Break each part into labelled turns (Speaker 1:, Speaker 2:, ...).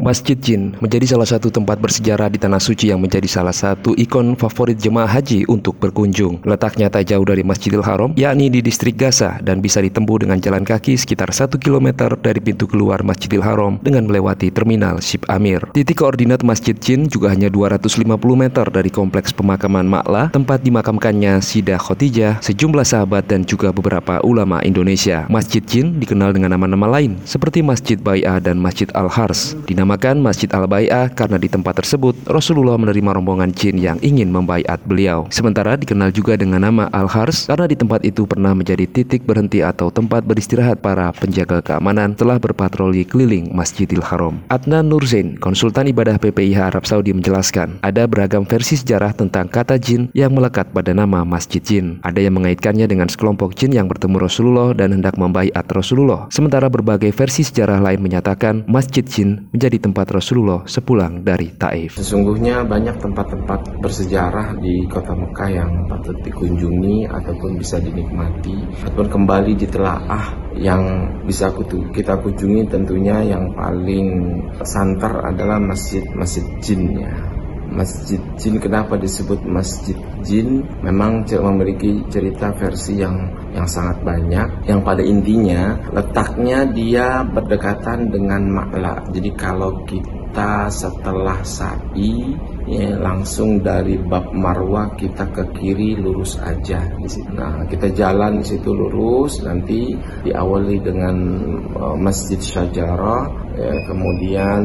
Speaker 1: Masjid Jin menjadi salah satu tempat bersejarah di Tanah Suci yang menjadi salah satu ikon favorit jemaah haji untuk berkunjung. Letaknya tak jauh dari Masjidil Haram, yakni di distrik Gaza, dan bisa ditempuh dengan jalan kaki sekitar 1 km dari pintu keluar Masjidil Haram dengan melewati terminal Ship Amir. Titik koordinat Masjid Jin juga hanya 250 meter dari kompleks pemakaman Ma'la, tempat dimakamkannya Sayyidah Khadijah, sejumlah sahabat dan juga beberapa ulama Indonesia. Masjid Jin dikenal dengan nama-nama lain seperti Masjid Bai'ah dan Masjid Al-Hars. Dinamakan Masjid Al-Bai'ah karena di tempat tersebut Rasulullah menerima rombongan jin yang ingin membaiat beliau. Sementara dikenal juga dengan nama Al-Hars karena di tempat itu pernah menjadi titik berhenti atau tempat beristirahat para penjaga keamanan telah berpatroli keliling Masjidil Haram. Adnan Nurzain, konsultan ibadah PPIH Arab Saudi, menjelaskan ada beragam versi sejarah tentang kata jin yang melekat pada nama Masjid Jin. Ada yang mengaitkannya dengan sekelompok jin yang bertemu Rasulullah dan hendak membaiat Rasulullah. Sementara berbagai versi sejarah lain menyatakan Masjid Jin menjadi tempat Rasulullah sepulang dari Taif.
Speaker 2: Sesungguhnya banyak tempat-tempat bersejarah di kota Mekah yang patut dikunjungi ataupun bisa dinikmati ataupun kembali ditelaah. Yang bisa kita kunjungi tentunya yang paling santer adalah Masjid Jin ya. Masjid Jin, kenapa disebut Masjid Jin? Memang memiliki cerita versi yang sangat banyak. Yang pada intinya letaknya dia berdekatan dengan Ma'la. Jadi kalau kita setelah sa'i ya, langsung dari bab Marwah kita ke kiri lurus aja di situ. Nah, kita jalan di situ lurus, nanti diawali dengan Masjid Syajarah, ya, kemudian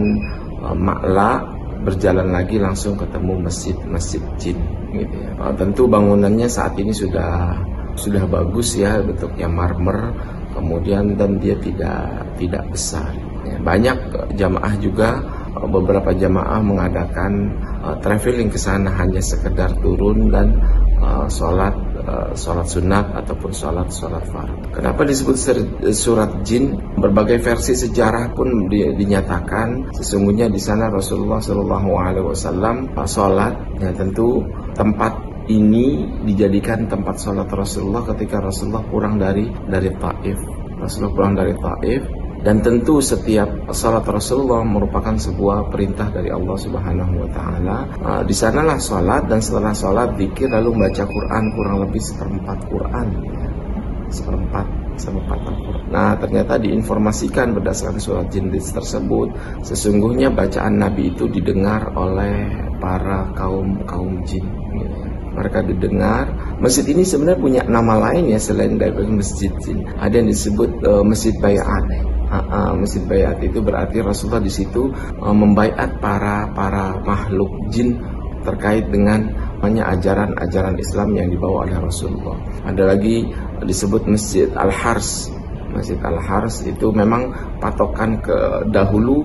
Speaker 2: Ma'la, berjalan lagi langsung ketemu Masjid Jin gitu ya. Tentu bangunannya saat ini sudah bagus ya, bentuknya marmer, kemudian dan dia tidak besar ya. Banyak jamaah juga, beberapa jamaah mengadakan traveling ke sana hanya sekedar turun dan sholat sunat ataupun sholat fardu. Kenapa disebut surat jin? Berbagai versi sejarah pun dinyatakan sesungguhnya di sana Rasulullah SAW sholat. Ya, tentu tempat ini dijadikan tempat sholat Rasulullah ketika Rasulullah pulang dari Taif. Rasulullah pulang dari Taif. Dan tentu setiap salat Rasulullah merupakan sebuah perintah dari Allah Subhanahu wa Ta'ala. Di sanalah salat, dan setelah salat zikir lalu baca Quran, kurang lebih seperempat Quran, seperempat Al-Quran. Nah, ternyata diinformasikan berdasarkan surat jin tersebut, sesungguhnya bacaan Nabi itu didengar oleh para kaum jin. Mereka didengar. Masjid ini sebenarnya punya nama lain ya selain dari Masjid Jin. Ada yang disebut Masjid Bai'at. Masjid Bai'at itu berarti Rasulullah di situ membaiat para makhluk jin terkait dengan ajaran Islam yang dibawa oleh Rasulullah. Ada lagi disebut Masjid Al-Hars. Masjid Al-Hars itu memang patokan ke dahulu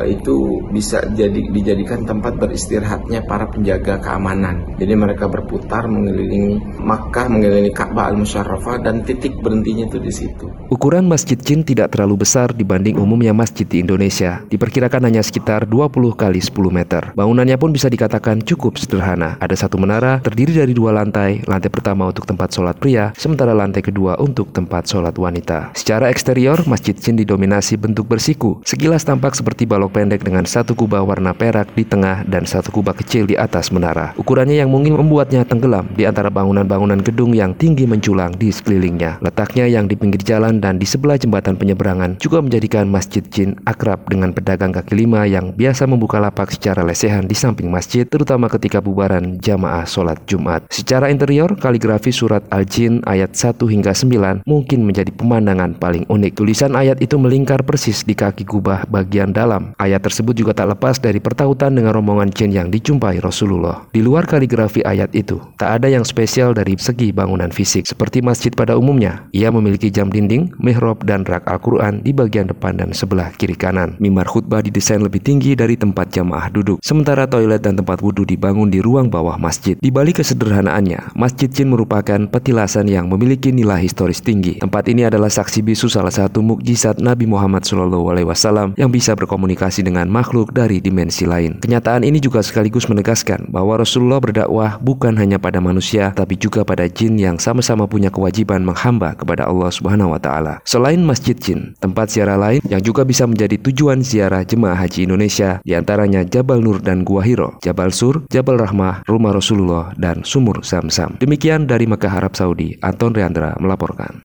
Speaker 2: itu bisa dijadikan tempat beristirahatnya para penjaga keamanan. Jadi mereka berputar mengelilingi Makkah, mengelilingi Ka'bah Al-Musyarrafah, dan titik berhentinya itu di situ.
Speaker 1: Ukuran Masjid Jin tidak terlalu besar dibanding umumnya masjid di Indonesia. Diperkirakan hanya sekitar 20 kali 10 meter. Bangunannya pun bisa dikatakan cukup sederhana. Ada satu menara terdiri dari 2 lantai. Lantai pertama untuk tempat sholat pria, sementara lantai kedua untuk tempat sholat wanita. Secara eksterior, Masjid Jin didominasi bentuk bersiku. Sekilas tampak seperti balok pendek dengan satu kubah warna perak di tengah dan satu kubah kecil di atas menara. Ukurannya yang mungkin membuatnya tenggelam di antara bangunan-bangunan gedung yang tinggi menjulang di sekelilingnya. Letaknya yang di pinggir jalan dan di sebelah jembatan penyeberangan juga menjadikan Masjid Jin akrab dengan pedagang kaki lima yang biasa membuka lapak secara lesehan di samping masjid, terutama ketika bubaran jamaah sholat Jumat. Secara interior, kaligrafi surat Al-Jin ayat 1 hingga 9 mungkin menjadi pemandangan paling unik. Tulisan ayat itu melingkar persis di kaki kubah bagian dalam. Ayat tersebut juga tak lepas dari pertautan dengan rombongan jin yang dijumpai Rasulullah. Di luar kaligrafi ayat itu, tak ada yang spesial dari segi bangunan fisik. Seperti masjid pada umumnya, ia memiliki jam dinding, mihrab, dan rak Al-Quran di bagian depan dan sebelah kiri kanan. Mimbar khutbah didesain lebih tinggi dari tempat jamaah duduk. Sementara toilet dan tempat wudhu dibangun di ruang bawah masjid. Di balik kesederhanaannya, Masjid Jin merupakan petilasan yang memiliki nilai historis tinggi. Tempat ini adalah saksi bisu salah satu mukjizat Nabi Muhammad SAW yang bisa berkomunikasi berkomunikasi dengan makhluk dari dimensi lain. Kenyataan ini juga sekaligus menegaskan bahwa Rasulullah berdakwah bukan hanya pada manusia, tapi juga pada jin yang sama-sama punya kewajiban menghamba kepada Allah Subhanahu wa taala. Selain Masjid Jin, tempat ziarah lain yang juga bisa menjadi tujuan ziarah jemaah haji Indonesia diantaranya Jabal Nur dan Gua Hiro, Jabal Sur, Jabal Rahmah, Rumah Rasulullah, dan Sumur Zam-Zam. Demikian dari Mekah, Arab Saudi, Anton Riandra melaporkan.